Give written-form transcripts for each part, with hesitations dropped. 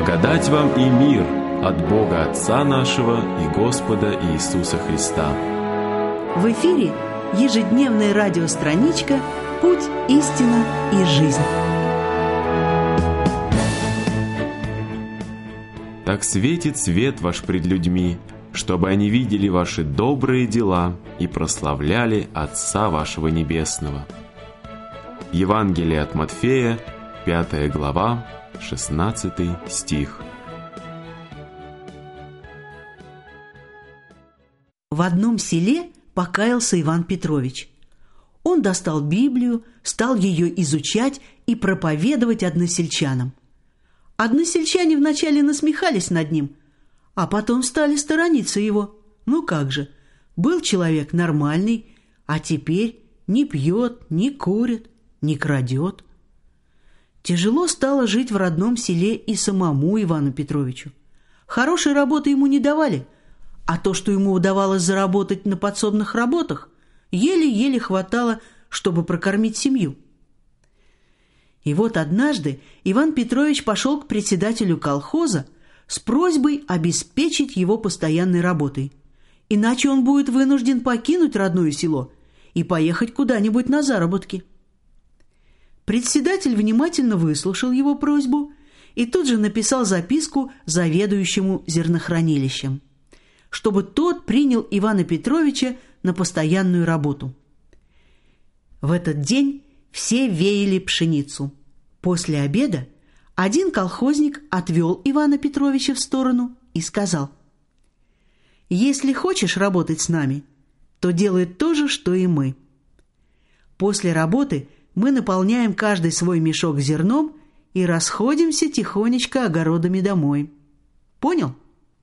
Благодать вам и мир от Бога Отца нашего и Господа Иисуса Христа. В эфире ежедневная радиостраничка «Путь, истина и жизнь». Так светит свет ваш пред людьми, чтобы они видели ваши добрые дела и прославляли Отца вашего Небесного. Евангелие от Матфея, 5 глава, 16 стих. В одном селе покаялся Иван Петрович. Он достал Библию, стал ее изучать и проповедовать односельчанам. Односельчане вначале насмехались над ним, а потом стали сторониться его. Ну как же, был человек нормальный, а теперь не пьет, не курит, не крадет. Тяжело стало жить в родном селе и самому Ивану Петровичу. Хорошей работы ему не давали, а то, что ему удавалось заработать на подсобных работах, еле-еле хватало, чтобы прокормить семью. И вот однажды Иван Петрович пошел к председателю колхоза с просьбой обеспечить его постоянной работой, иначе он будет вынужден покинуть родное село и поехать куда-нибудь на заработки. Председатель внимательно выслушал его просьбу и тут же написал записку заведующему зернохранилищем, чтобы тот принял Ивана Петровича на постоянную работу. В этот день все веяли пшеницу. После обеда один колхозник отвел Ивана Петровича в сторону и сказал: «Если хочешь работать с нами, то делай то же, что и мы. После работы мы наполняем каждый свой мешок зерном и расходимся тихонечко огородами домой. Понял?»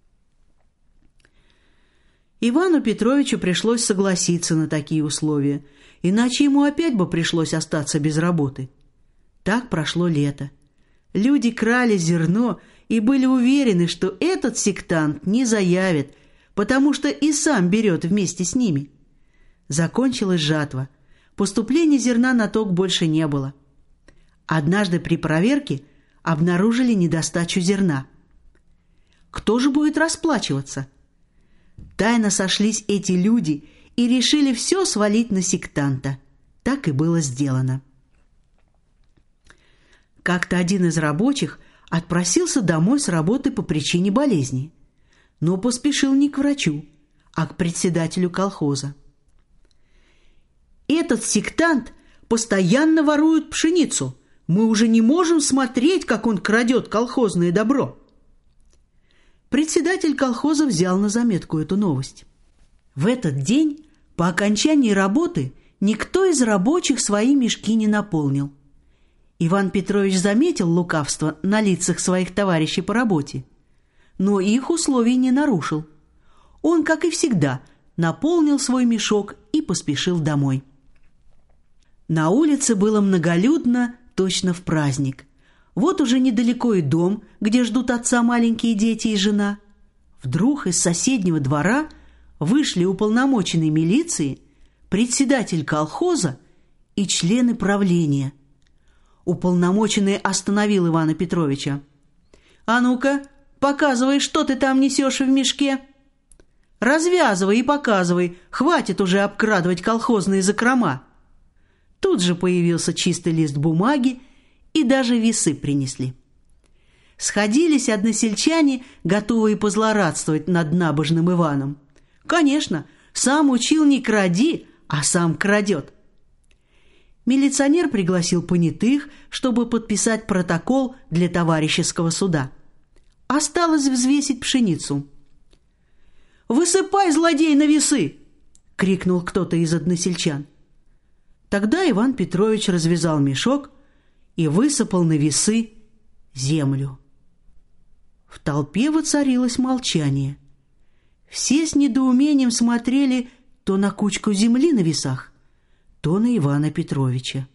Ивану Петровичу пришлось согласиться на такие условия, иначе ему опять бы пришлось остаться без работы. Так прошло лето. Люди крали зерно и были уверены, что этот сектант не заявит, потому что и сам берет вместе с ними. Закончилась жатва. Поступления зерна на ток больше не было. Однажды при проверке обнаружили недостачу зерна. Кто же будет расплачиваться? Тайно сошлись эти люди и решили все свалить на сектанта. Так и было сделано. Как-то один из рабочих отпросился домой с работы по причине болезни, но поспешил не к врачу, а к председателю колхоза. «Этот сектант постоянно ворует пшеницу. Мы уже не можем смотреть, как он крадет колхозное добро». Председатель колхоза взял на заметку эту новость. В этот день, по окончании работы, никто из рабочих свои мешки не наполнил. Иван Петрович заметил лукавство на лицах своих товарищей по работе, но их условий не нарушил. Он, как и всегда, наполнил свой мешок и поспешил домой. На улице было многолюдно, точно в праздник. Вот уже недалеко и дом, где ждут отца маленькие дети и жена. Вдруг из соседнего двора вышли уполномоченные милиции, председатель колхоза и члены правления. Уполномоченный остановил Ивана Петровича. «А ну-ка, показывай, что ты там несешь в мешке. Развязывай и показывай, хватит уже обкрадывать колхозные закрома». Тут же появился чистый лист бумаги, и даже весы принесли. Сходились односельчане, готовые позлорадствовать над набожным Иваном. Конечно, сам учил не кради, а сам крадет. Милиционер пригласил понятых, чтобы подписать протокол для товарищеского суда. Осталось взвесить пшеницу. «Высыпай, злодей, на весы!» — крикнул кто-то из односельчан. Тогда Иван Петрович развязал мешок и высыпал на весы землю. В толпе воцарилось молчание. Все с недоумением смотрели то на кучку земли на весах, то на Ивана Петровича.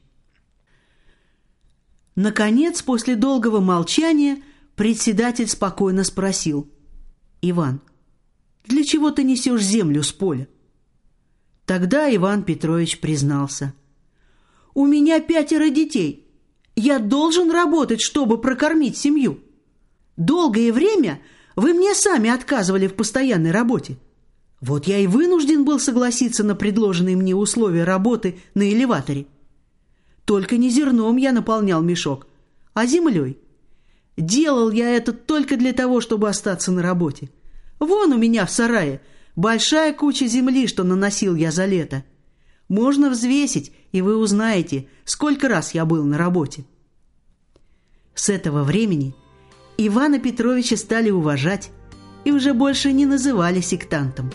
Наконец, после долгого молчания, председатель спокойно спросил: «Иван, для чего ты несешь землю с поля?» Тогда Иван Петрович признался: «У меня 5 детей. Я должен работать, чтобы прокормить семью». Долгое время вы мне сами отказывали в постоянной работе. Вот я и вынужден был согласиться на предложенные мне условия работы на элеваторе. Только не зерном я наполнял мешок, а землей. Делал я это только для того, чтобы остаться на работе. Вон у меня в сарае большая куча земли, что наносил я за лето. Можно взвесить, и вы узнаете, сколько раз я был на работе. С этого времени Ивана Петровича стали уважать и уже больше не называли сектантом.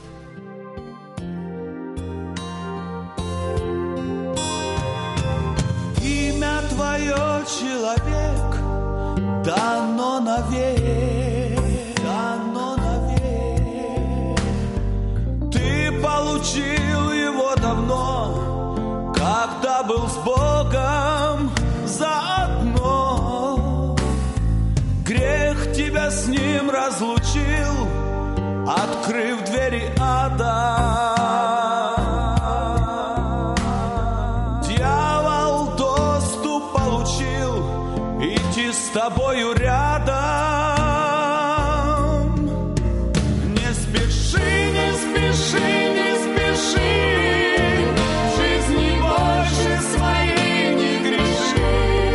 Имя твое, человек, дано навек, дано навек. Ты получил его давно, когда был с Богом заодно. Грех тебя с ним разлучил, открыв двери ада. Дьявол доступ получил, идти с тобою рядом. Не спеши, не спеши, не спеши, в жизни больше своей не греши.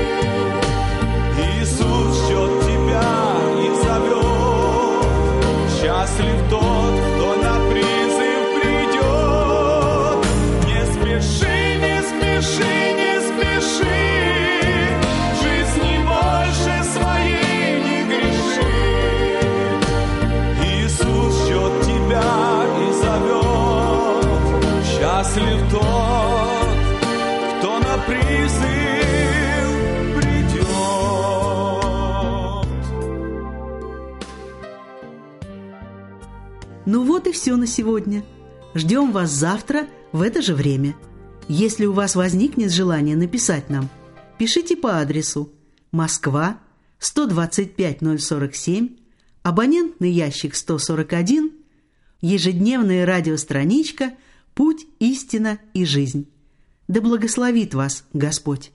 Иисус ждет тебя и зовет, счастлив тот, кто на призыв придет. Не спеши, не спеши, не спеши, в жизни больше своей не греши. Иисус ждет тебя и зовет, счастлив тот, кто на призыв придет. Ну вот и все на сегодня. Ждем вас завтра в это же время. Если у вас возникнет желание написать нам, пишите по адресу: Москва, 125-047, абонентный ящик 141, ежедневная радиостраничка «Путь, истина и жизнь». Да благословит вас Господь!